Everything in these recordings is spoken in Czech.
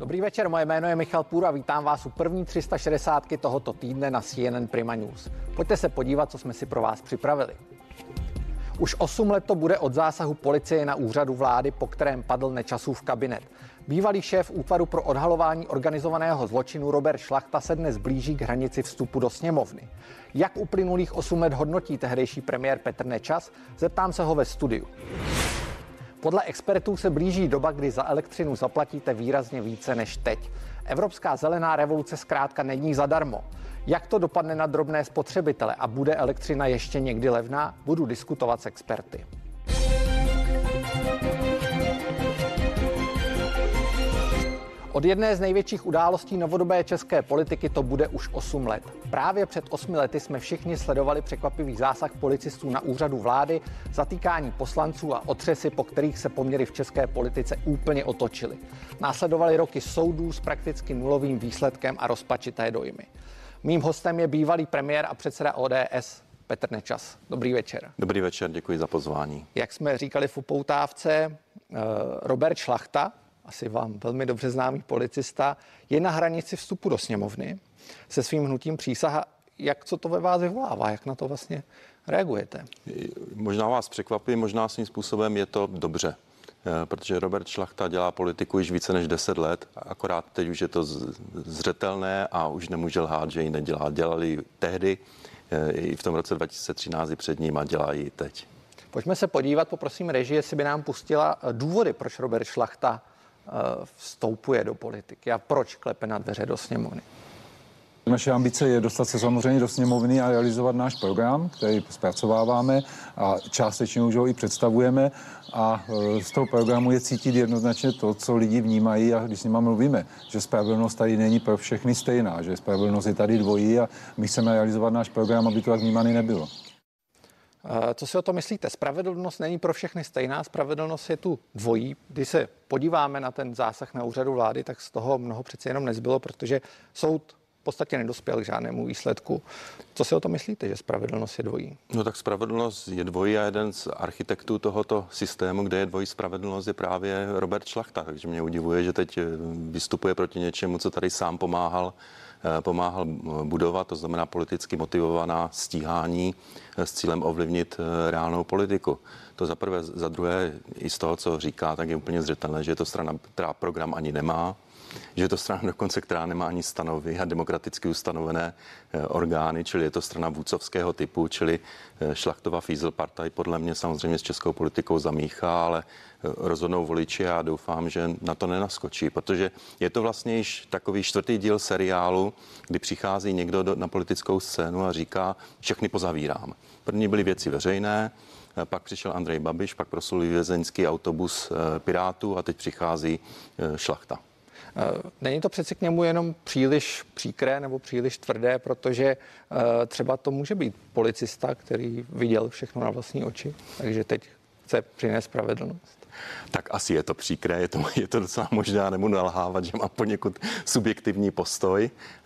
Dobrý večer, moje jméno je Michal Půr a vítám vás u první 360 tohoto týdne na CNN Prima News. Pojďte se podívat, co jsme si pro vás připravili. Už 8 let to bude od zásahu policie na úřadu vlády, po kterém padl Nečasův kabinet. Bývalý šéf útvaru pro odhalování organizovaného zločinu Robert Šlachta se dnes blíží k hranici vstupu do sněmovny. Jak uplynulých 8 let hodnotí tehdejší premiér Petr Nečas? Zeptám se ho ve studiu. Podle expertů se blíží doba, kdy za elektřinu zaplatíte výrazně více než teď. Evropská zelená revoluce zkrátka není zadarmo. Jak to dopadne na drobné spotřebitele a bude elektřina ještě někdy levná? Budu diskutovat s experty. Od jedné z největších událostí novodobé české politiky to bude už 8 let. Právě před 8 lety jsme všichni sledovali překvapivý zásah policistů na úřadu vlády, zatýkání poslanců a otřesy, po kterých se poměry v české politice úplně otočily. Následovaly roky soudů s prakticky nulovým výsledkem a rozpačité dojmy. Mým hostem je bývalý premiér a předseda ODS Petr Nečas. Dobrý večer. Dobrý večer, děkuji za pozvání. Jak jsme říkali v upoutávce, Robert Šlachta, asi vám velmi dobře známý policista, je na hranici vstupu do sněmovny se svým hnutím přísaha. Co to ve vás vyvolává? Jak na to vlastně reagujete? Možná vás překvapí, možná svým způsobem je to dobře, protože Robert Šlachta dělá politiku již více než 10 let, akorát teď už je to zřetelné a už nemůže lhát, že ji nedělá. Dělali tehdy, i v tom roce 2013 i před ním a dělá ji teď. Pojďme se podívat, poprosím režii, jestli by nám pustila důvody, proč Robert Šlachta vstoupuje do politiky a proč klepe na dveře do sněmovny. Naše ambice je dostat se samozřejmě do sněmovny a realizovat náš program, který zpracováváme a částečně už ho i představujeme a z toho programu je cítit jednoznačně to, co lidi vnímají a když s nimi mluvíme, že spravedlnost tady není pro všechny stejná, že spravedlnost je tady dvojí a my chceme realizovat náš program, aby to tak vnímaný nebylo. Co si o to myslíte? Spravedlnost není pro všechny stejná, spravedlnost je tu dvojí. Když se podíváme na ten zásah na úřadu vlády, tak z toho mnoho přece jenom nezbylo, protože soud v podstatě nedospěl k žádnému výsledku. Co si o to myslíte, že spravedlnost je dvojí? No tak spravedlnost je dvojí a jeden z architektů tohoto systému, kde je dvojí spravedlnost, je právě Robert Šlachta. Takže mě udivuje, že teď vystupuje proti něčemu, co tady sám pomáhal budovat, to znamená politicky motivovaná stíhání s cílem ovlivnit reálnou politiku. To za prvé, za druhé, i z toho, co říká, tak je úplně zřetelné, že je to strana, která program ani nemá, že je to strana dokonce, která nemá ani stanovy a demokraticky ustanovené orgány, čili je to strana vůdcovského typu, čili Šlachtova Fízl-partaj podle mě samozřejmě s českou politikou zamíchá, ale rozhodnou voliči a doufám, že na to nenaskočí, protože je to vlastně již takový 4. díl seriálu, kdy přichází někdo na politickou scénu a říká, všechny pozavírám. První byly Věci veřejné, pak přišel Andrej Babiš, pak proslulý vězeňský autobus Pirátů a teď přichází Šlachta. Není to přeci k němu jenom příliš příkré nebo příliš tvrdé, protože třeba to může být policista, který viděl všechno na vlastní oči, takže teď chce přinést spravedlnost. Tak asi je to příkré, je to docela možná, nebudu nalhávat, že má poněkud subjektivní postoj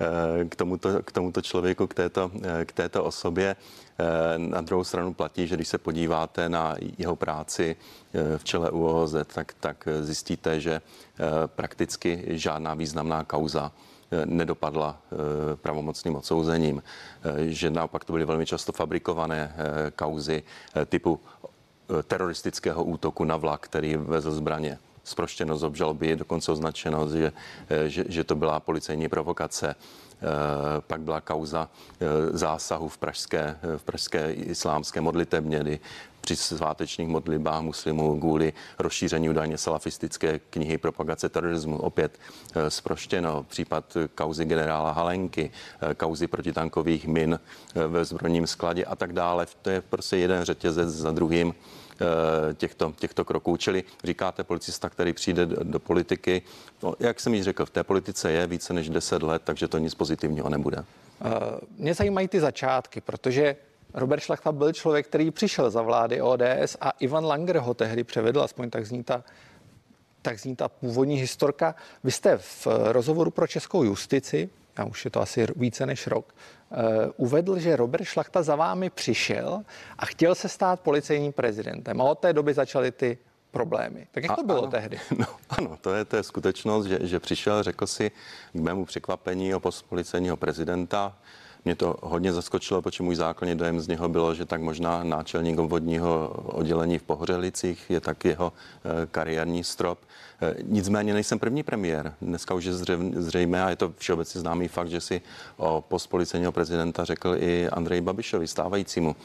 k tomuto člověku, k této osobě. Na druhou stranu platí, že když se podíváte na jeho práci v čele ÚOOZ, tak zjistíte, že prakticky žádná významná kauza nedopadla pravomocným odsouzením, že naopak to byly velmi často fabrikované kauzy typu teroristického útoku na vlak, který vezl zbraně. Zproštěno z obžaloby je dokonce označeno, že to byla policejní provokace. Pak byla kauza zásahu v pražské islámské modlitebně, kdy při svátečních modlitbách muslimů kvůli rozšíření údajně salafistické knihy propagace terorismu opět zproštěno. Případ kauzy generála Halenky, kauzy protitankových min ve zbrojním skladě a tak dále. To je prostě jeden řetězec za druhým těchto kroků. Čili říkáte policista, který přijde do politiky, no, jak jsem již řekl, v té politice je více než 10 let, takže to nic pozitivního nebude. Mě zajímají ty začátky, protože Robert Šlachta byl člověk, který přišel za vlády ODS a Ivan Langer ho tehdy převedl, aspoň tak zní ta původní historka. Vy jste v rozhovoru pro Českou justici, a už je to asi více než rok, uvedl, že Robert Šlachta za vámi přišel a chtěl se stát policejním prezidentem. A od té doby začaly ty problémy. Tak jak to bylo tehdy? No, ano, to je skutečnost, že přišel, řekl si k mému překvapení o post policejního prezidenta. Mě to hodně zaskočilo, protože můj základní dojem z něho bylo, že tak možná náčelník obvodního oddělení v Pohořelicích je tak jeho kariérní strop. Nicméně nejsem první premiér. Dneska už je zřejmé a je to všeobecně známý fakt, že si o post policejního prezidenta řekl i Andreji Babišovi, stávajícímu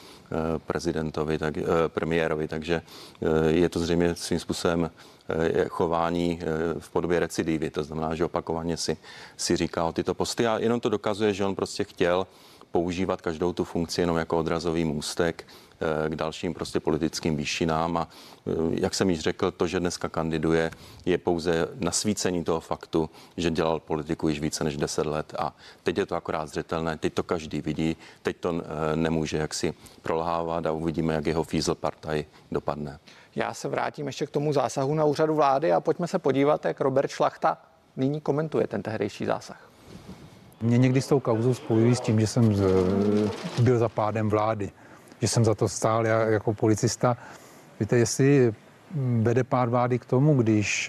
premiérovi, takže je to zřejmě svým způsobem chování v podobě recidivy, to znamená, že opakovaně si říká o tyto posty a jenom to dokazuje, že on prostě chtěl používat každou tu funkci jenom jako odrazový můstek k dalším prostě politickým výšinám a jak jsem již řekl, to, že dneska kandiduje, je pouze nasvícení toho faktu, že dělal politiku již více než 10 let a teď je to akorát zřetelné, teď to každý vidí, teď to nemůže jaksi prolhávat a uvidíme, jak jeho fízlpartaj dopadne. Já se vrátím ještě k tomu zásahu na úřadu vlády a pojďme se podívat, jak Robert Šlachta nyní komentuje ten tehdejší zásah. Mě někdy s tou kauzou spojují s tím, že jsem byl za pádem vlády, že jsem za to stál jako policista. Víte, jestli vede pád vlády k tomu, když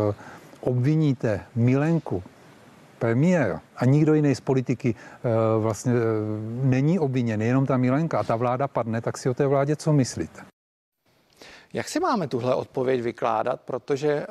obviníte Milenku, premiéra, a nikdo jiný z politiky vlastně není obviněn, jenom ta Milenka a ta vláda padne, tak si o té vládě co myslíte? Jak si máme tuhle odpověď vykládat, protože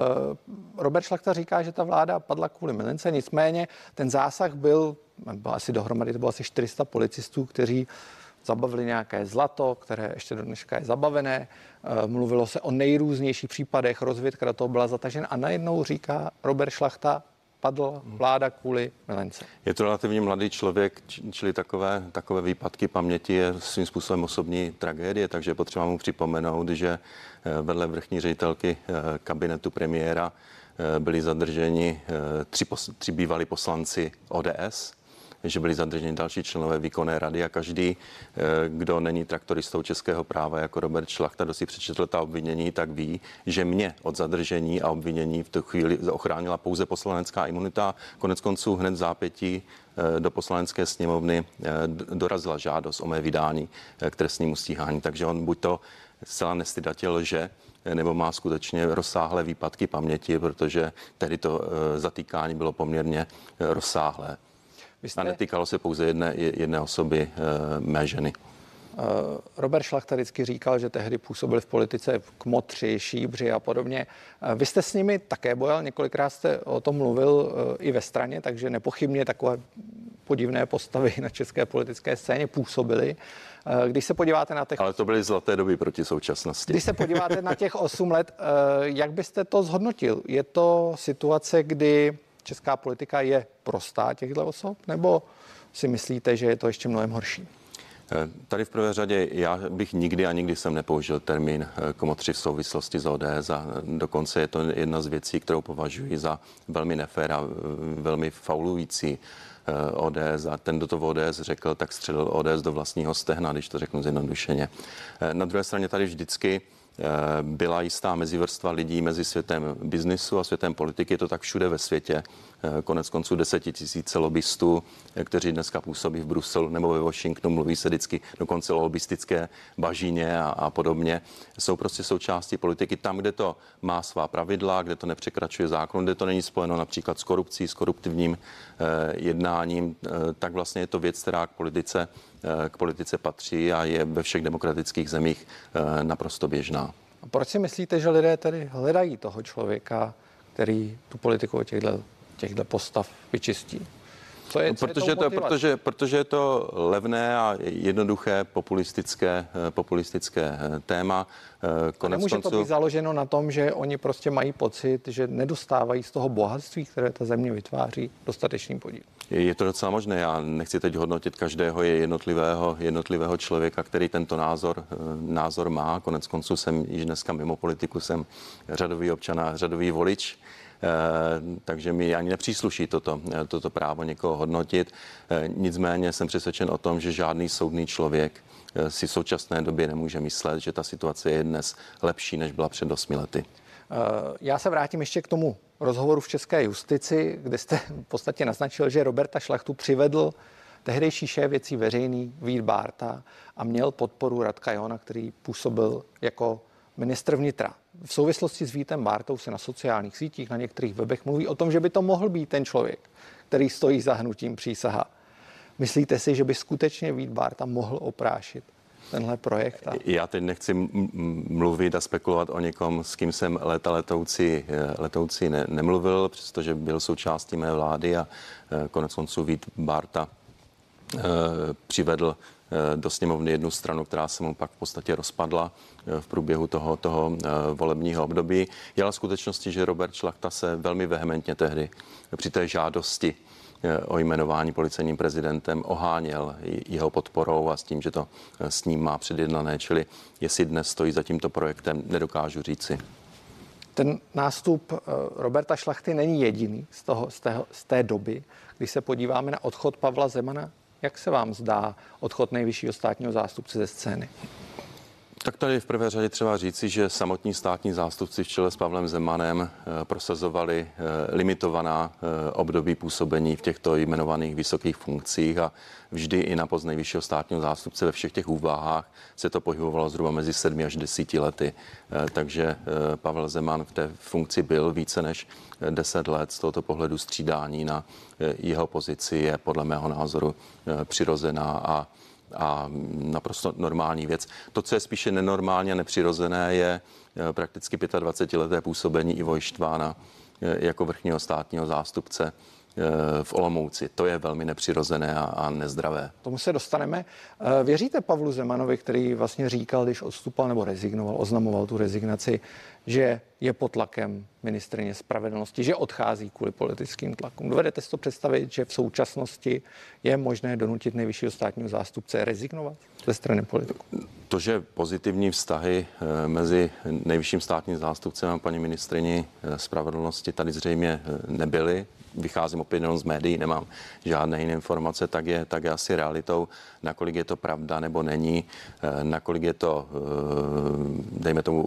Robert Šlachta říká, že ta vláda padla kvůli Milence, nicméně ten zásah byl asi dohromady, to bylo asi 400 policistů, kteří zabavili nějaké zlato, které ještě do dneška je zabavené. Mluvilo se o nejrůznějších případech, rozvědka do toho byla zatažena a najednou říká Robert Šlachta, padla vláda kvůli Milence. Je to relativně mladý člověk, čili takové výpadky paměti je svým způsobem osobní tragédie, takže potřeba mu připomenout, že vedle vrchní ředitelky kabinetu premiéra byli zadrženi tři bývalí poslanci ODS, že byli zadrženi další členové výkonné rady a každý, kdo není traktoristou českého práva jako Robert Šlachta, kdo si přečetl ta obvinění, tak ví, že mě od zadržení a obvinění v tu chvíli ochránila pouze poslanecká imunita. Konec konců hned v zápětí do poslanecké sněmovny dorazila žádost o mé vydání k trestnímu stíhání, takže on buď to zcela nestydatě lže, nebo má skutečně rozsáhlé výpadky paměti, protože tehdy to zatýkání bylo poměrně rozsáhlé. A netýkalo se pouze jedné osoby, mé ženy. Robert Šlachta vždycky říkal, že tehdy působil v politice kmotři, šíbři a podobně. Vy jste s nimi také bojal, několikrát jste o tom mluvil i ve straně, takže nepochybně takové podivné postavy na české politické scéně působily. Když se podíváte na těch... Ale to byly zlaté doby proti současnosti. Když se podíváte na těch 8 let, jak byste to zhodnotil? Je to situace, kdy česká politika je prostá těchto osob, nebo si myslíte, že je to ještě mnohem horší? Tady v prvé řadě já bych nikdy jsem nepoužil termín kmotři v souvislosti s ODS a dokonce je to jedna z věcí, kterou považuji za velmi nefér a velmi faulující ODS a ten, kdo to v ODS řekl, tak střelil ODS do vlastního stehna, když to řeknu zjednodušeně. Na druhé straně tady vždycky byla jistá mezivrstva lidí mezi světem biznisu a světem politiky. Je to tak všude ve světě. Konec konců 10 000 lobbystů, kteří dneska působí v Bruselu nebo ve Washingtonu, mluví se vždycky dokonce o lobbystické bažině a podobně. Jsou prostě součástí politiky tam, kde to má svá pravidla, kde to nepřekračuje zákon, kde to není spojeno například s korupcí, s koruptivním jednáním, tak vlastně je to věc, která k politice patří a je ve všech demokratických zemích naprosto běžná. A proč si myslíte, že lidé tedy hledají toho člověka, který tu politiku od těchto postav vyčistí? Protože je to levné a jednoduché populistické téma. Nemůže to být založeno na tom, že oni prostě mají pocit, že nedostávají z toho bohatství, které ta země vytváří, dostatečný podíl. Je to docela možné. Já nechci teď hodnotit každého jednotlivého člověka, který tento názor má. Konec konců jsem již dneska mimo politiku, jsem řadový občan a řadový volič. Takže mi ani nepřísluší toto právo někoho hodnotit. Nicméně jsem přesvědčen o tom, že žádný soudný člověk si v současné době nemůže myslet, že ta situace je dnes lepší, než byla před 8 lety. Já se vrátím ještě k tomu rozhovoru v české justici, kde jste v podstatě naznačil, že Roberta Šlachtu přivedl tehdejší šéf Věcí veřejných Vít Bárta a měl podporu Radka Johna, který působil jako ministr vnitra. V souvislosti s Vítem Bártou se na sociálních sítích, na některých webech mluví o tom, že by to mohl být ten člověk, který stojí za hnutím přísaha. Myslíte si, že by skutečně Vít Bárta mohl oprášit tenhle projekt? Já teď nechci mluvit a spekulovat o někom, s kým jsem letoucí nemluvil, přestože byl součástí mé vlády a koneckonců Vít Bárta přivedl do sněmovny jednu stranu, která se mu pak v podstatě rozpadla v průběhu toho volebního období. Je ale skutečnosti, že Robert Šlachta se velmi vehementně tehdy při té žádosti o jmenování policejním prezidentem oháněl jeho podporou a s tím, že to s ním má předjednané, čili jestli dnes stojí za tímto projektem, nedokážu říci. Ten nástup Roberta Šlachty není jediný z té doby, když se podíváme na odchod Pavla Zemana. Jak se vám zdá odchod nejvyššího státního zástupce ze scény? Tak tady v prvé řadě třeba říci, že samotní státní zástupci v čele s Pavlem Zemanem prosazovali limitovaná období působení v těchto jmenovaných vysokých funkcích a vždy i na post nejvyššího státního zástupce ve všech těch úvahách se to pohybovalo zhruba mezi 7 až 10 lety. Takže Pavel Zeman v té funkci byl více než 10 let. Z tohoto pohledu střídání na jeho pozici je podle mého názoru přirozená a naprosto normální věc. To, co je spíše nenormálně a nepřirozené, je prakticky 25leté působení Ivo Ištvána jako vrchního státního zástupce v Olomouci. To je velmi nepřirozené a nezdravé. Tomu se dostaneme. Věříte Pavlu Zemanovi, který vlastně říkal, když odstupoval nebo rezignoval, oznamoval tu rezignaci, že je pod tlakem ministryně spravedlnosti, že odchází kvůli politickým tlakům? Dovedete si to představit, že v současnosti je možné donutit nejvyššího státního zástupce rezignovat ze strany politiků? To, že pozitivní vztahy mezi nejvyšším státním zástupcem a paní ministryní spravedlnosti tady zřejmě nebyly, vycházím opět jenom z médií, nemám žádné jiné informace, tak je asi realitou, nakolik je to pravda nebo není, nakolik je to, dejme tomu,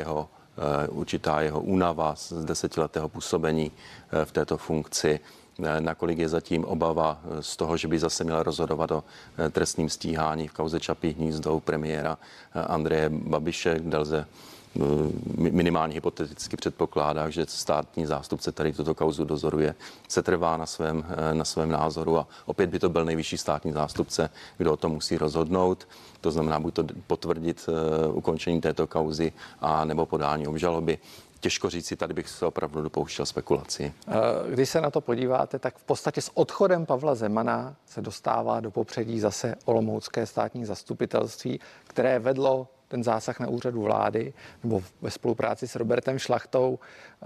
určitá jeho únava z 10letého působení v této funkci, nakolik je zatím obava z toho, že by zase měla rozhodovat o trestním stíhání v kauze Čapí hnízdo u premiéra Andreje Babiše, kde lze minimálně hypoteticky předpokládá, že státní zástupce tady tuto kauzu dozoruje, se trvá na svém názoru a opět by to byl nejvyšší státní zástupce, kdo o tom musí rozhodnout. To znamená buď to potvrdit ukončení této kauzy a nebo podání obžaloby. Těžko říct si, tady bych se opravdu dopouštěl spekulaci. Když se na to podíváte, tak v podstatě s odchodem Pavla Zemana se dostává do popředí zase olomoucké státní zastupitelství, které vedlo ten zásah na úřadu vlády nebo ve spolupráci s Robertem Šlachtou.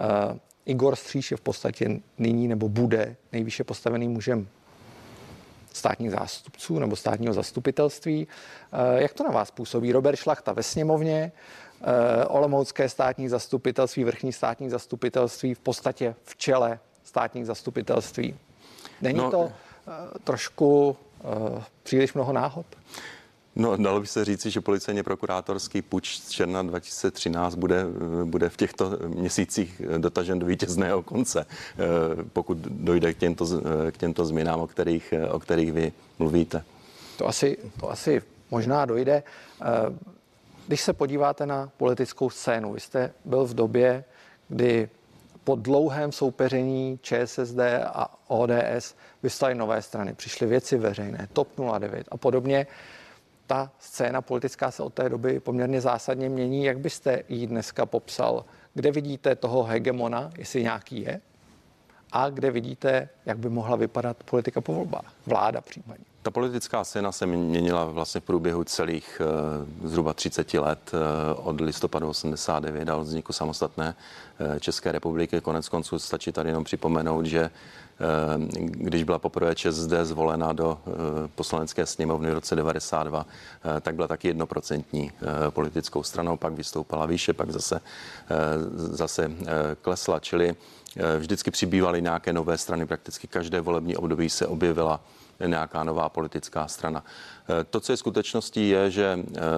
Igor Stříž je v podstatě nyní nebo bude nejvýše postaveným mužem státních zástupců nebo státního zastupitelství. Jak to na vás působí? Robert Šlachta ve sněmovně, olomoucké státní zastupitelství, vrchní státní zastupitelství v podstatě v čele státních zastupitelství. Není to trošku příliš mnoho náhod? No, dalo by se říci, že policejně prokurátorský puč z června 2013 bude v těchto měsících dotažen do vítězného konce, pokud dojde k těmto změnám, o kterých vy mluvíte. To asi možná dojde. Když se podíváte na politickou scénu, vy jste byl v době, kdy po dlouhém soupeření ČSSD a ODS vyvstaly nové strany. Přišly Věci veřejné, TOP 09 a podobně. Ta scéna politická se od té doby poměrně zásadně mění. Jak byste ji dneska popsal? Kde vidíte toho hegemona, jestli nějaký je? A kde vidíte, jak by mohla vypadat politika po volbách? Vláda případně. Ta politická scéna se měnila vlastně v průběhu celých zhruba 30 let od listopadu 89 a od vzniku samostatné České republiky. Konec konců stačí tady jenom připomenout, že když byla poprvé ČSSD zvolena do poslanecké sněmovny v roce 92, tak byla taky 1% politickou stranou, pak vystoupala výše, pak zase klesla, čili vždycky přibývaly nějaké nové strany, prakticky každé volební období se objevila nějaká nová politická strana. To, co je skutečností, je, že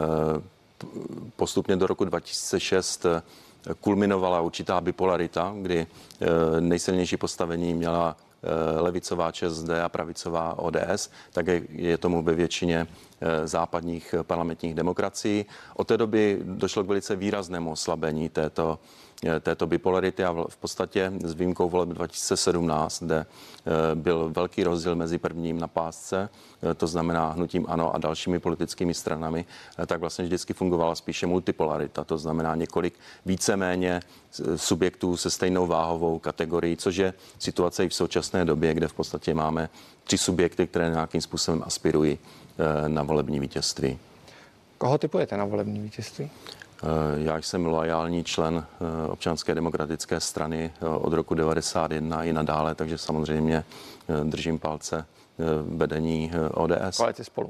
postupně do roku 2006 kulminovala určitá bipolarita, kdy nejsilnější postavení měla levicová ČSSD a pravicová ODS, tak je tomu ve většině západních parlamentních demokracií. Od té doby došlo k velice výraznému oslabení této bipolarity a v podstatě s výjimkou voleb 2017, kde byl velký rozdíl mezi prvním na pásce, to znamená hnutím ANO a dalšími politickými stranami, tak vlastně vždycky fungovala spíše multipolarita, to znamená několik víceméně subjektů se stejnou váhovou kategorií, což je situace i v současné době, kde v podstatě máme 3 subjekty, které nějakým způsobem aspirují na volební vítězství. Koho typujete na volební vítězství? Já jsem loajální člen Občanské demokratické strany od roku 1991 i nadále, takže samozřejmě držím palce vedení ODS. Koalici Spolu.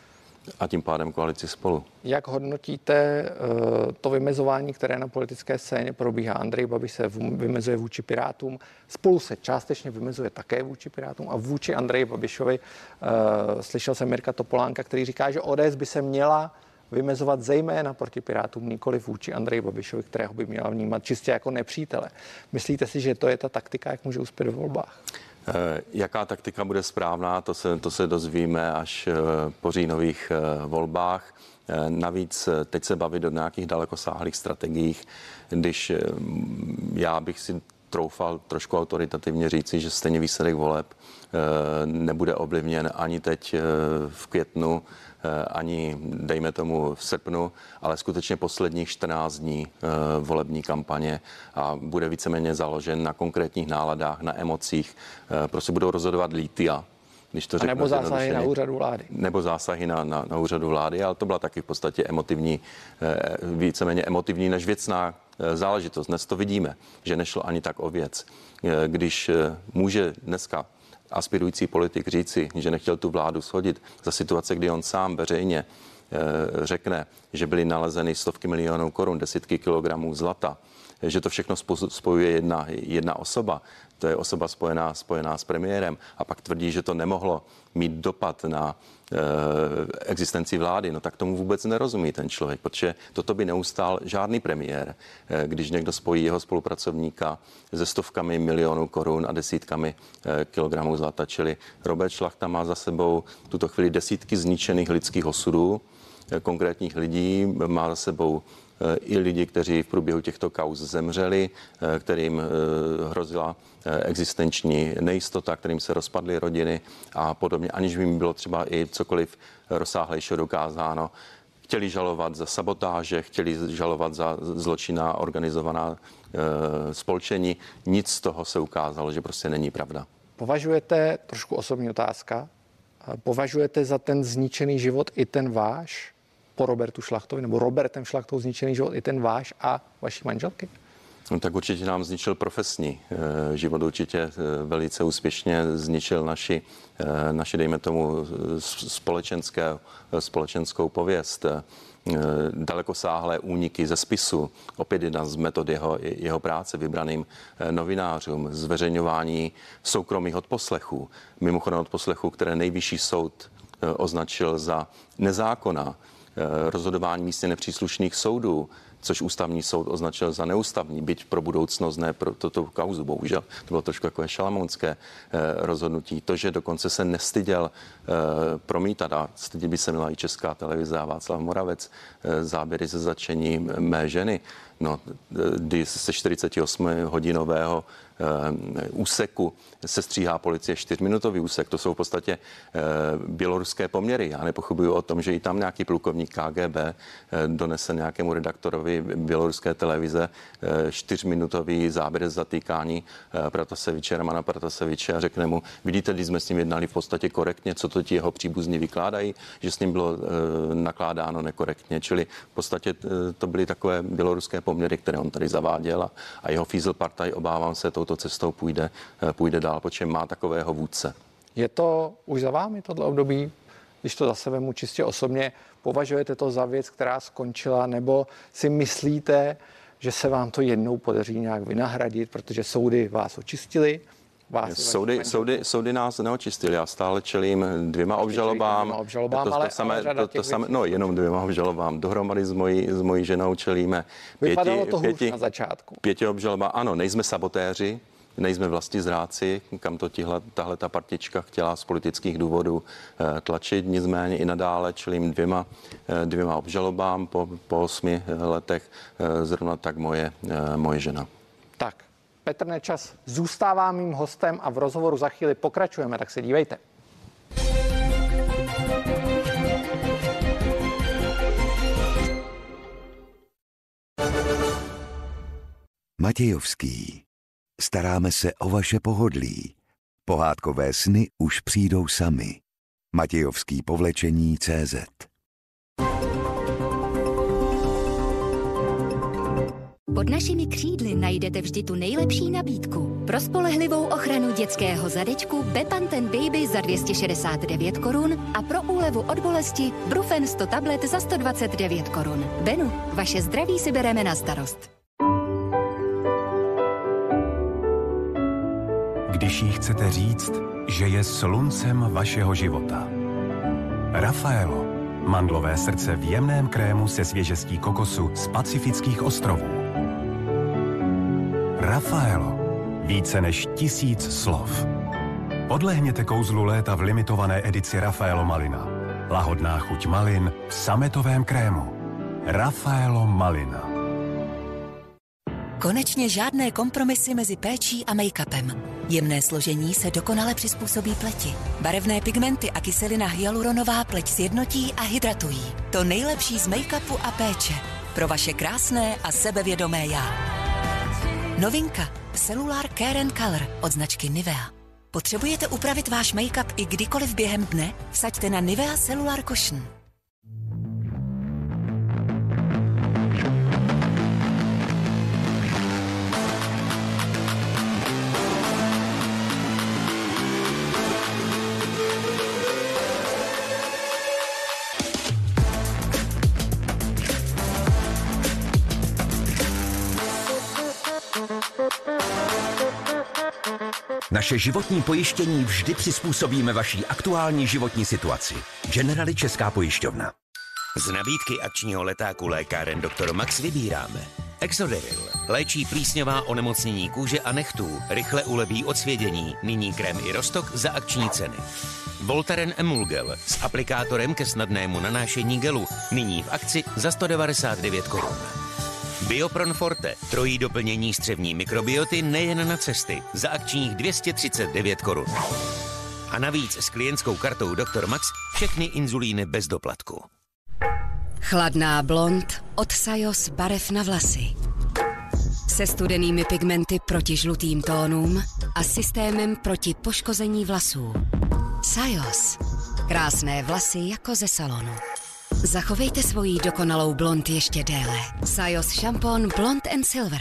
A tím pádem koalici Spolu. Jak hodnotíte to vymezování, které na politické scéně probíhá? Andrej Babiš se vymezuje vůči Pirátům, Spolu se částečně vymezuje také vůči Pirátům a vůči Andreji Babišovi slyšel jsem Mirka Topolánka, který říká, že ODS by se měla vymezovat zejména proti Pirátům, nikoli vůči Andreji Babišovi, kterého by měla vnímat čistě jako nepřítele. Myslíte si, že to je ta taktika, jak může uspět v volbách? Jaká taktika bude správná, to se dozvíme až po říjnových volbách. Navíc teď se bavit o nějakých dalekosáhlých strategiích, když já bych si troufal trošku autoritativně říci, že stejně výsledek voleb nebude ovlivněn ani teď v květnu, ani dejme tomu v srpnu, ale skutečně posledních 14 dní volební kampaně a bude víceméně založen na konkrétních náladách, na emocích. Prostě budou rozhodovat lítia. Když to řeknu, nebo zásahy na úřadu vlády. Nebo zásahy na úřadu vlády, ale to byla taky v podstatě emotivní, víceméně emotivní než věcná záležitost. Dnes to vidíme, že nešlo ani tak o věc. Když může dneska aspirující politik říci, že nechtěl tu vládu shodit za situace, kdy on sám veřejně řekne, že byly nalezeny stovky milionů korun, desítky kilogramů zlata, že to všechno spojuje jedna osoba, to je osoba spojená s premiérem a pak tvrdí, že to nemohlo mít dopad na existenci vlády, no tak tomu vůbec nerozumí ten člověk, protože toto by neustál žádný premiér, když někdo spojí jeho spolupracovníka se stovkami milionů korun a desítkami kilogramů zlata, čili Robert Šlachta má za sebou tuto chvíli desítky zničených lidských osudů, konkrétních lidí, má za sebou i lidi, kteří v průběhu těchto kauz zemřeli, kterým hrozila existenční nejistota, kterým se rozpadly rodiny a podobně, aniž by jim bylo třeba i cokoliv rozsáhlejšího dokázáno. Chtěli žalovat za sabotáže, chtěli žalovat za zločinná organizovaná spolčení. Nic z toho se ukázalo, že prostě není pravda. Považujete, trošku osobní otázka, považujete za ten zničený život i ten váš po Robertu Šlachtovi, nebo Robertem Šlachtou zničený život i ten váš a vaší manželky? No, tak určitě nám zničil profesní život, určitě velice úspěšně zničil naši dejme tomu, společenskou pověst. Dalekosáhlé úniky ze spisu, opět jedna z metod jeho práce vybraným novinářům, zveřejňování soukromých odposlechů, mimochodem odposlechů, které nejvyšší soud označil za nezákonná, rozhodování místně nepříslušných soudů, což ústavní soud označil za neústavní, byť pro budoucnost, ne pro toto kauzu. Bohužel to bylo trošku jako šalamounské rozhodnutí. To, že dokonce se nestyděl promítat, a stydět by se měla i Česká televize a Václav Moravec, záběry ze zatčení mé ženy, no, kdy se 48-hodinového úseku se stříhá policie 4-minutový úsek. To jsou v podstatě běloruské poměry. Já nepochybuju o tom, že i tam nějaký plukovník KGB donese nějakému redaktorovi běloruské televize 4-minutový záběr zatýkání Prataseviče, Romana Prataseviče a řekne mu, vidíte, když jsme s ním jednali v podstatě korektně, co to ti jeho příbuzní vykládají, že s ním bylo nakládáno nekorektně. Čili v podstatě to byly takové běloruské poměry, které on tady zaváděl a jeho Fízlpartaj, obávám se, touto cestou půjde dál, protože má takového vůdce. Je to už za vámi tohle období, když to za sebe mu čistě osobně, považujete to za věc, která skončila, nebo si myslíte, že se vám to jednou podaří nějak vynahradit, protože soudy vás očistili? Soudy nás neočistili. Já stále čelím dvěma obžalobám. Jenom dvěma obžalobám. Dohromady s mojí ženou čelíme vypadalo to hůř na začátku. 5 obžalobám. Ano, nejsme sabotéři. nejsme vlastizráci, kam to tahle ta partička chtěla z politických důvodů tlačit, nicméně i nadále čelím dvěma obžalobám po 8 letech, zrovna tak moje žena. Tak, Petr Nečas zůstává mým hostem a v rozhovoru za chvíli pokračujeme, tak se dívejte. Matějovský. Staráme se o vaše pohodlí. Pohádkové sny už přijdou sami. Matějovský povlečení.cz. Pod našimi křídly najdete vždy tu nejlepší nabídku. Pro spolehlivou ochranu dětského zadečku Bepanthen Baby za 269 korun a pro úlevu od bolesti Brufen 100 tablet za 129 korun. Benu, vaše zdraví si bereme na starost. Když jí chcete říct, že je sluncem vašeho života. Raffaello. Mandlové srdce v jemném krému se svěžestí kokosu z Pacifických ostrovů. Raffaello. Více než 1000 slov. Podlehněte kouzlu léta v limitované edici Raffaello Malina. Lahodná chuť malin v sametovém krému. Raffaello Malina. Konečně žádné kompromisy mezi péčí a make-upem. Jemné složení se dokonale přizpůsobí pleti. Barevné pigmenty a kyselina hyaluronová pleť sjednotí a hydratují. To nejlepší z make-upu a péče. Pro vaše krásné a sebevědomé já. Novinka Cellular Care and Color od značky Nivea. Potřebujete upravit váš make-up i kdykoliv během dne? Vsaďte na Nivea Cellular Cushion. Naše životní pojištění vždy přizpůsobíme vaší aktuální životní situaci. Generali Česká pojišťovna. Z nabídky akčního letáku lékáren Dr. Max vybíráme Exoderil. Léčí plísňová onemocnění kůže a nechtů. Rychle uleví odsvědění. Nyní krém i roztok za akční ceny. Voltaren Emulgel s aplikátorem ke snadnému nanášení gelu. Nyní v akci za 199 korun. Biopron Forte, trojí doplnění střevní mikrobioty nejen na cesty, za akčních 239 korun. A navíc s klientskou kartou Dr. Max všechny inzulíny bez doplatku. Chladná blond od Sajos barev na vlasy. Se studenými pigmenty proti žlutým tónům a systémem proti poškození vlasů. Sajos. Krásné vlasy jako ze salonu. Zachovejte svoji dokonalou blond ještě déle. Sajos šampon Blond and Silver.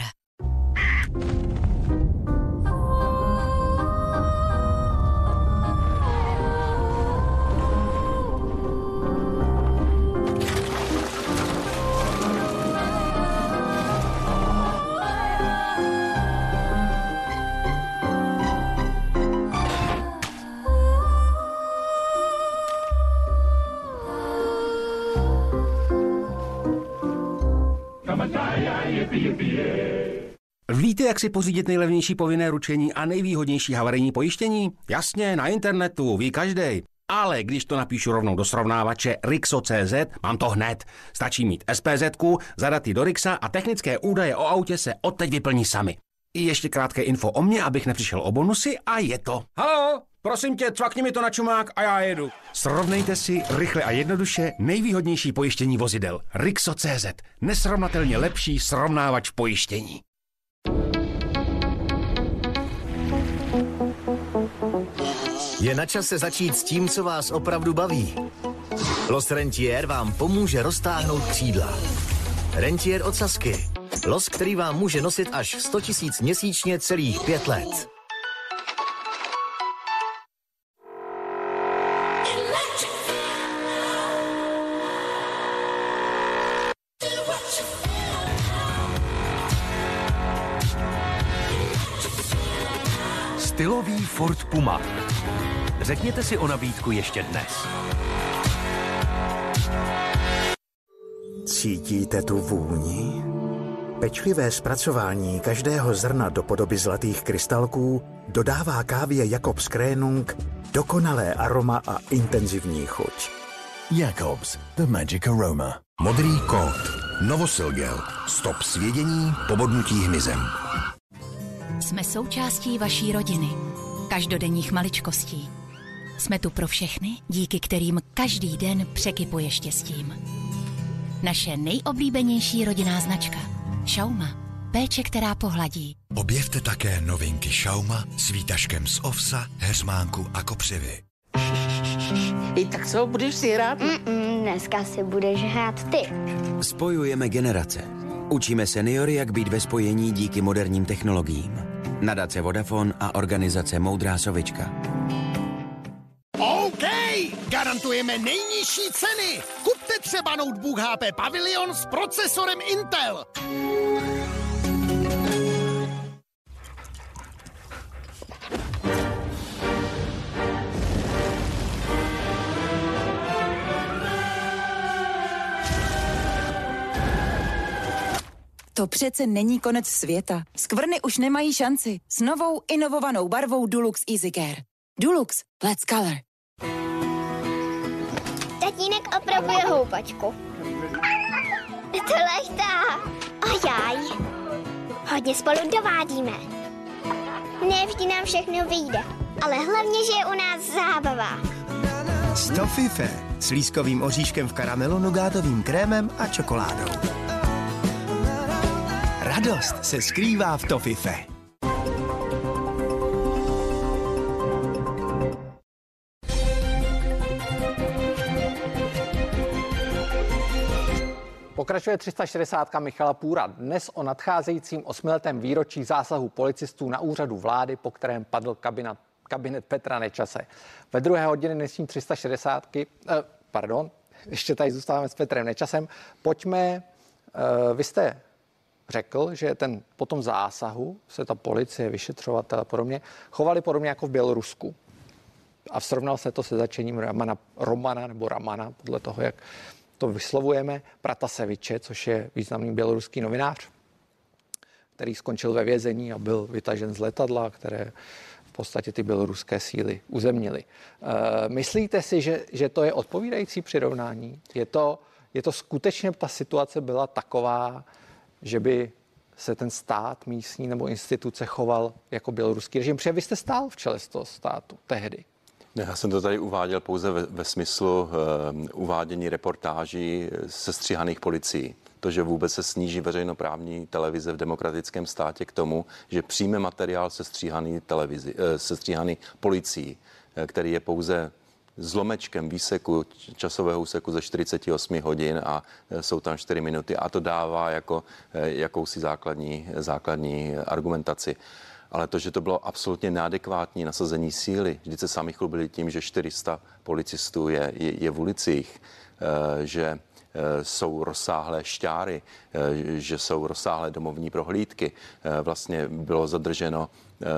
Víte, jak si pořídit nejlevnější povinné ručení a nejvýhodnější havarijní pojištění? Jasně, na internetu, ví každej. Ale když to napíšu rovnou do srovnávače Rixo.cz, mám to hned. Stačí mít SPZ-ku, zadat ji do Rixa a technické údaje o autě se odteď vyplní sami. I ještě krátké info o mně, abych nepřišel o bonusy a je to. Haló, prosím tě, cvakni mi to na čumák a já jedu. Srovnejte si rychle a jednoduše nejvýhodnější pojištění vozidel. Rixo.cz, nesrovnatelně lepší srovnávač pojištění. Je na čase začít s tím, co vás opravdu baví. Los Rentier vám pomůže roztáhnout křídla. Rentier od Sasky. Los, který vám může nosit až 100 000 měsíčně celých 5 let. Stylový Ford Puma. Řekněte si o nabídku ještě dnes. Cítíte tu vůni? Pečlivé zpracování každého zrna do podoby zlatých krystalků dodává kávě Jacobs Krenung dokonalé aroma a intenzivní chuť. Jacobs, the magic aroma. Modrý kód. Novosilgel. Stop svědění, pobodnutí hmyzem. Jsme součástí vaší rodiny, každodenních maličkostí. Jsme tu pro všechny, díky kterým každý den překypuje štěstím. Naše nejoblíbenější rodinná značka. Schauma. Péče, která pohladí. Objevte také novinky Schauma s výtažkem z ovsa, heřmánku a kopřivy. Tak co, budeš si hrát? Dneska si budeš hrát ty. Spojujeme generace. Učíme seniory, jak být ve spojení díky moderním technologiím. Nadace Vodafone a organizace Moudrá sovička. OK, garantujeme nejnižší ceny. Kupte třeba notebook HP Pavilion s procesorem Intel. To přece není konec světa. Skvrny už nemají šanci. S novou inovovanou barvou Dulux Easy Care. Dulux, let's color. Tatínek opravuje houpačku. To lechtá. Ojaj. Hodně spolu dovádíme. Ne vždy nám všechno vyjde, ale hlavně, že je u nás zábava. Toffifee s lískovým oříškem v karamelu, nugátovým krémem a čokoládou. Radost se skrývá v Toffifee. Pokračuje 360 Michala Půra. Dnes o nadcházejícím 8letém výročí zásahu policistů na úřadu vlády, po kterém padl kabinet Petra Nečase. Ve druhé hodině dnešní 360, ještě tady zůstáváme s Petrem Nečasem. Pojďme, vy jste řekl, že po tom zásahu se ta policie, vyšetřovatel a podobně chovali podobně jako v Bělorusku. A srovnal se to se začením Ramana, podle toho, jak to vyslovujeme, Prataseviče, což je významný běloruský novinář, který skončil ve vězení a byl vytažen z letadla, které v podstatě ty běloruské síly uzemnily. Myslíte si, že to je odpovídající přirovnání? Je to skutečně, ta situace byla taková, že by se ten stát místní nebo instituce choval jako běloruský režim? Protože vy jste stál v čele z toho státu tehdy. Já jsem to tady uváděl pouze ve smyslu uvádění reportáží sestříhaných policií. To, že vůbec se sníží veřejnoprávní televize v demokratickém státě k tomu, že přijme materiál sestříhaný policií, který je pouze zlomečkem časového úseku ze 48 hodin a jsou tam 4 minuty a to dává jako jakousi základní argumentaci. Ale to, že to bylo absolutně neadekvátní nasazení síly, vždyť se sami chlubili tím, že 400 policistů je v ulicích, že jsou rozsáhlé šťáry, že jsou rozsáhlé domovní prohlídky. Vlastně bylo zadrženo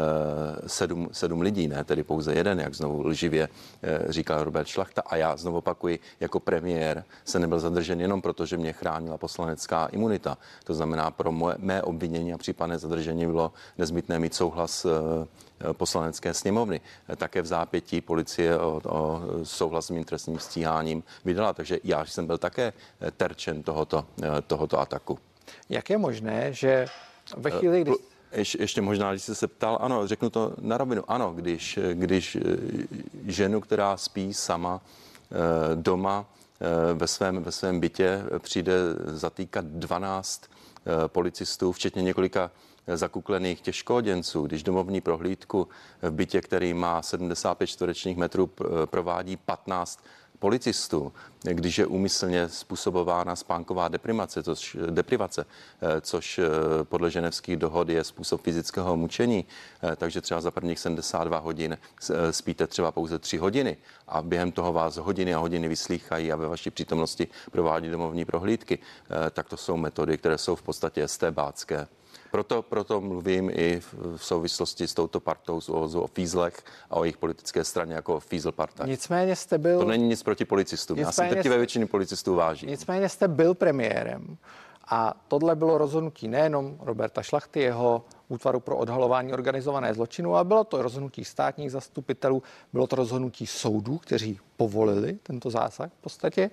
7 lidí, ne tedy pouze jeden, jak znovu lživě říkal Robert Šlachta. A já znovu opakuji, jako premiér se nebyl zadržen jenom proto, že mě chránila poslanecká imunita. To znamená, pro mé obvinění a případné zadržení bylo nezbytné mít souhlas poslanecké sněmovny. Také v zápětí policie o souhlas s mým trestním stíháním vydala, takže já jsem byl také terčem tohoto ataku. Jak je možné, že ve chvíli, kdy... Ještě možná, když jste se ptal, ano, řeknu to na rovinu. Ano, když ženu, která spí sama doma ve svém bytě, přijde zatýkat 12 policistů, včetně několika zakuklených těžkooděnců, když domovní prohlídku v bytě, který má 75 čtverečních metrů, provádí 15 policistů, když je úmyslně způsobována spánková deprivace, což podle ženevských dohod je způsob fyzického mučení, takže třeba za prvních 72 hodin spíte třeba pouze 3 hodiny a během toho vás hodiny a hodiny vyslýchají a ve vaší přítomnosti provádí domovní prohlídky, tak to jsou metody, které jsou v podstatě estébácké. Proto mluvím i v souvislosti s touto partou o fízlech a o jejich politické straně jako fízlpartaj. Nicméně jste byl... To není nic proti policistům. Já jsem drtivé většiny policistů vážím. Nicméně jste byl premiérem A tohle bylo rozhodnutí nejenom Roberta Šlachty, jeho útvaru pro odhalování organizované zločinu, ale bylo to rozhodnutí státních zastupitelů, bylo to rozhodnutí soudů, kteří povolili tento zásah v podstatě.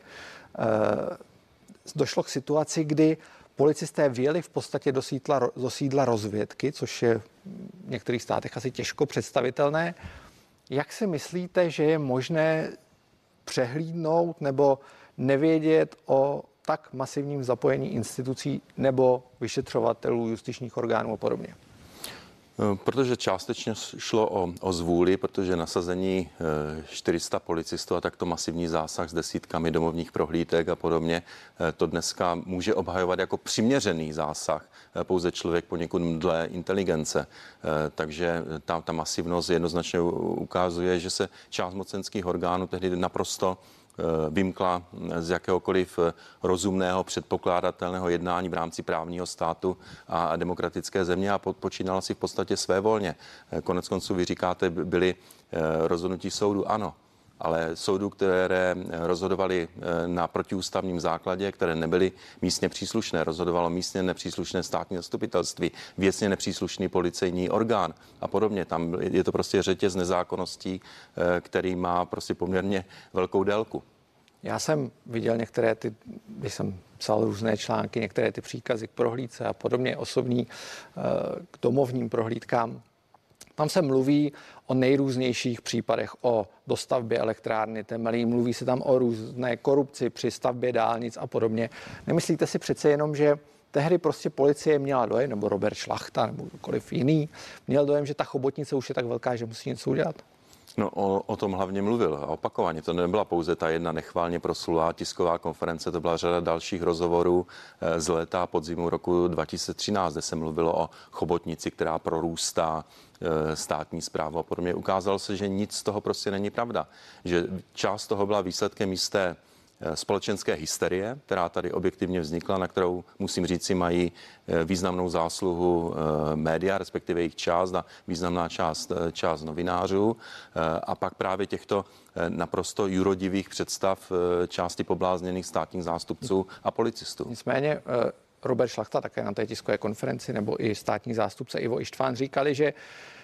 Došlo k situaci, kdy policisté vjeli v podstatě do sídla rozvědky, což je v některých státech asi těžko představitelné. Jak si myslíte, že je možné přehlídnout nebo nevědět o tak masivním zapojení institucí nebo vyšetřovatelů, justičních orgánů a podobně? Protože částečně šlo o zvůli, protože nasazení 400 policistů a takto masivní zásah s desítkami domovních prohlídek a podobně, to dneska může obhajovat jako přiměřený zásah pouze člověk poněkud mdlé inteligence. Takže ta masivnost jednoznačně ukazuje, že se část mocenských orgánů tehdy naprosto vymkla z jakéhokoliv rozumného předpokládatelného jednání v rámci právního státu a demokratické země a počínala si v podstatě svévolně. Konec konců vy říkáte, byly rozhodnutí soudu, ano, ale soudů, které rozhodovaly na protiústavním základě, které nebyly místně příslušné, rozhodovalo místně nepříslušné státní zastupitelství, věcně nepříslušný policejní orgán a podobně. Tam je to prostě řetěz nezákonností, který má prostě poměrně velkou délku. Já jsem viděl některé když jsem psal různé články, některé ty příkazy k prohlídce a podobně osobní k domovním prohlídkám. Tam se mluví o nejrůznějších případech, o dostavbě elektrárny Temelín, mluví se tam o různé korupci při stavbě dálnic a podobně. Nemyslíte si přece jenom, že tehdy prostě policie měla dojem, nebo Robert Šlachta, nebo kdokoliv jiný, měl dojem, že ta chobotnice už je tak velká, že musí něco udělat? No, o tom hlavně mluvil a opakovaně. To nebyla pouze ta jedna nechválně proslulá tisková konference, to byla řada dalších rozhovorů z léta a podzimu roku 2013, kde se mluvilo o chobotnici, která prorůstá státní správu a podobně. Ukázalo se, že nic z toho prostě není pravda. Že část toho byla výsledkem jisté společenské hysterie, která tady objektivně vznikla, na kterou, musím říct, si mají významnou zásluhu média, respektive jejich část a významná část novinářů. A pak právě těchto naprosto jurodivých představ části poblázněných státních zástupců a policistů. Nicméně Robert Šlachta také na té tiskové konferenci nebo i státní zástupce Ivo Ištván říkali, že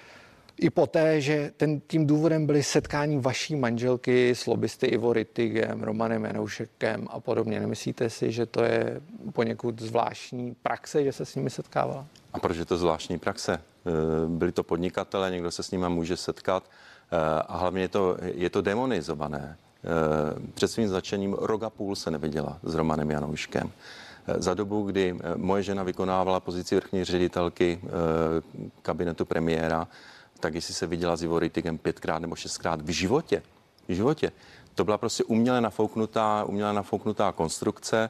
i poté, že tím důvodem byly setkání vaší manželky s lobbysty Ivo Rittigem, Romanem Janoušekem a podobně. Nemyslíte si, že to je poněkud zvláštní praxe, že se s nimi setkávala? A proč je to zvláštní praxe? Byli to podnikatelé, někdo se s nimi může setkat a hlavně je to demonizované. Před svým začením rok a půl se neviděla s Romanem Janouškem. Za dobu, kdy moje žena vykonávala pozici vrchní ředitelky kabinetu premiéra, tak jestli se viděla s Ivo Rittigem 5krát nebo 6krát v životě. To byla prostě uměle nafouknutá konstrukce.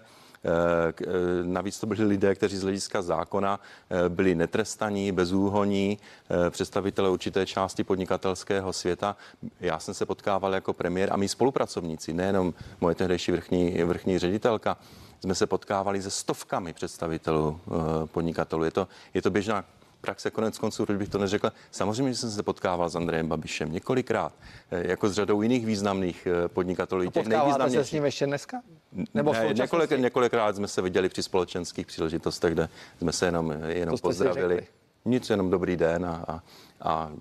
Navíc to byli lidé, kteří z hlediska zákona byli netrestaní, bezúhonní, představitelé určité části podnikatelského světa. Já jsem se potkával jako premiér a mý spolupracovníci, nejenom moje tehdejší vrchní ředitelka, jsme se potkávali se stovkami představitelů podnikatelů. Je to běžná praxe, konec konců, proč bych to neřekl. Samozřejmě, že jsem se potkával s Andrejem Babišem několikrát, jako s řadou jiných významných podnikatelů. A potkáváte se s ním ještě dneska? Nebo ne, několikrát jsme se viděli při společenských příležitostech, kde jsme se jenom pozdravili. Nic, jenom dobrý den a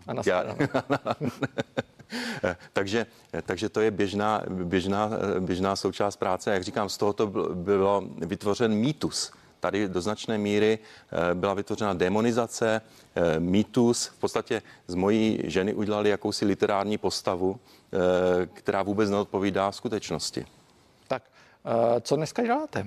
takže to je běžná součást práce. Jak říkám, z tohoto bylo vytvořen mýtus. Tady do značné míry byla vytvořena demonizace, mýtus. V podstatě z mojí ženy udělali jakousi literární postavu, která vůbec neodpovídá skutečnosti. Tak, co dneska děláte?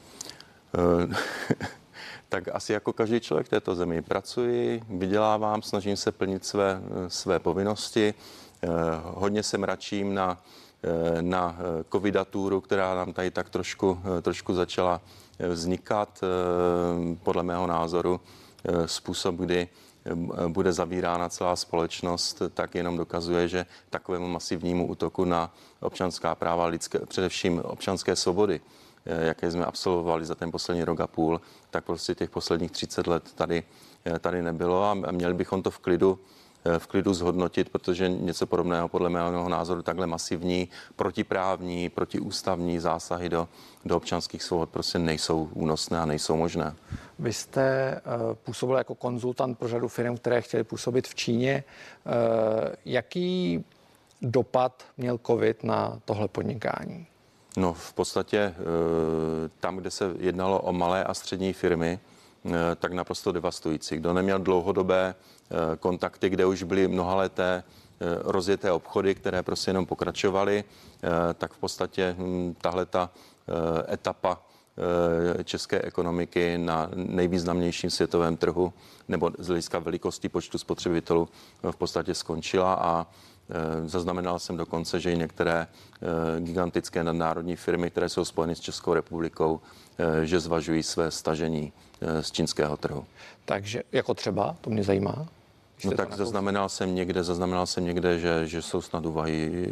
Tak asi jako každý člověk v této zemi. Pracuji, vydělávám, snažím se plnit své povinnosti. Hodně se mračím na covidaturu, která nám tady tak trošku začala vznikat. Podle mého názoru způsob, kdy bude zavírána celá společnost, tak jenom dokazuje, že takovému masivnímu útoku na občanská práva, především občanské svobody, jaké jsme absolvovali za ten poslední rok a půl, tak prostě těch posledních 30 let tady nebylo a měli bychom to v klidu v klidu zhodnotit, protože něco podobného podle mého názoru takhle masivní, protiprávní, protiústavní zásahy do občanských svobod prostě nejsou únosné a nejsou možné. Vy jste působil jako konzultant pro řadu firm, které chtěly působit v Číně. Jaký dopad měl covid na tohle podnikání? No v podstatě tam, kde se jednalo o malé a střední firmy, tak naprosto devastující. Kdo neměl dlouhodobé kontakty, kde už byly mnohaleté rozjeté obchody, které prostě jenom pokračovaly, tak v podstatě tahleta etapa české ekonomiky na nejvýznamnějším světovém trhu nebo z hlediska velikosti počtu spotřebitelů v podstatě skončila a zaznamenal jsem dokonce, že i některé gigantické nadnárodní firmy, které jsou spojeny s Českou republikou, že zvažují své stažení z čínského trhu. Takže jako třeba, to mě zajímá. No tak zaznamenal jsem někde, že jsou snad úvahy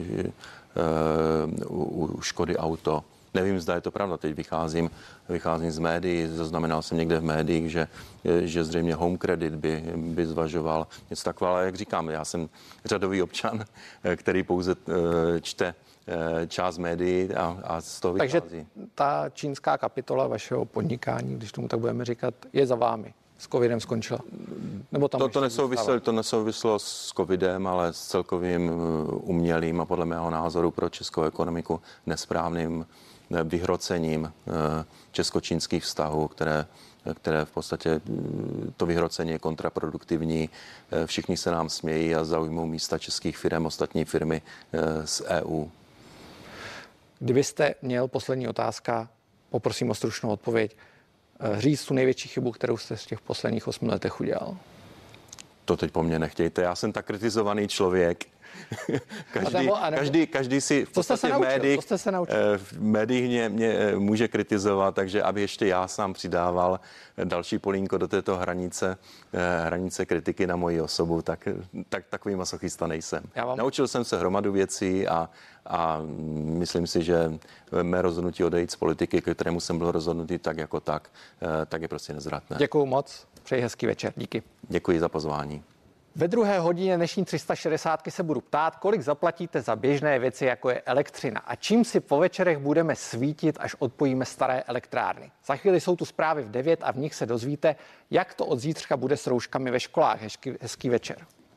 u Škody Auto. Nevím, zda je to pravda, teď vycházím z médií, zaznamenal jsem někde v médiích, že zřejmě Home Credit by zvažoval něco takového, ale jak říkám, já jsem řadový občan, který pouze čte část médií a z toho vychází. Takže ta čínská kapitola vašeho podnikání, když tomu tak budeme říkat, je za vámi. S covidem skončila? Nebo tam to nesouvislo s covidem, ale s celkovým umělým a podle mého názoru pro českou ekonomiku nesprávným vyhrocením česko-čínských vztahů, které v podstatě to vyhrocení je kontraproduktivní. Všichni se nám smějí a zaujmou místa českých firm, ostatní firmy z EU. Kdybyste měl, poslední otázka, poprosím o stručnou odpověď, říct tu největší chybu, kterou jste v těch posledních 8 letech udělal? To teď po mně nechtějte, já jsem tak kritizovaný člověk. Každý si v podstatě v médiích mě může kritizovat, takže aby ještě já sám přidával další polínko do této hranice kritiky na moji osobu, tak takový masochista nejsem. Naučil jsem se hromadu věcí a myslím si, že mé rozhodnutí odejít z politiky, ke kterému jsem byl rozhodnutý tak jako tak je prostě nezvratné. Děkuju moc, přeji hezký večer, díky. Děkuji za pozvání. Ve druhé hodině dnešní 360 se budu ptát, kolik zaplatíte za běžné věci, jako je elektřina a čím si po večerech budeme svítit, až odpojíme staré elektrárny. Za chvíli jsou tu zprávy v 9 a v nich se dozvíte, jak to od zítřka bude s rouškami ve školách. Hezký večer.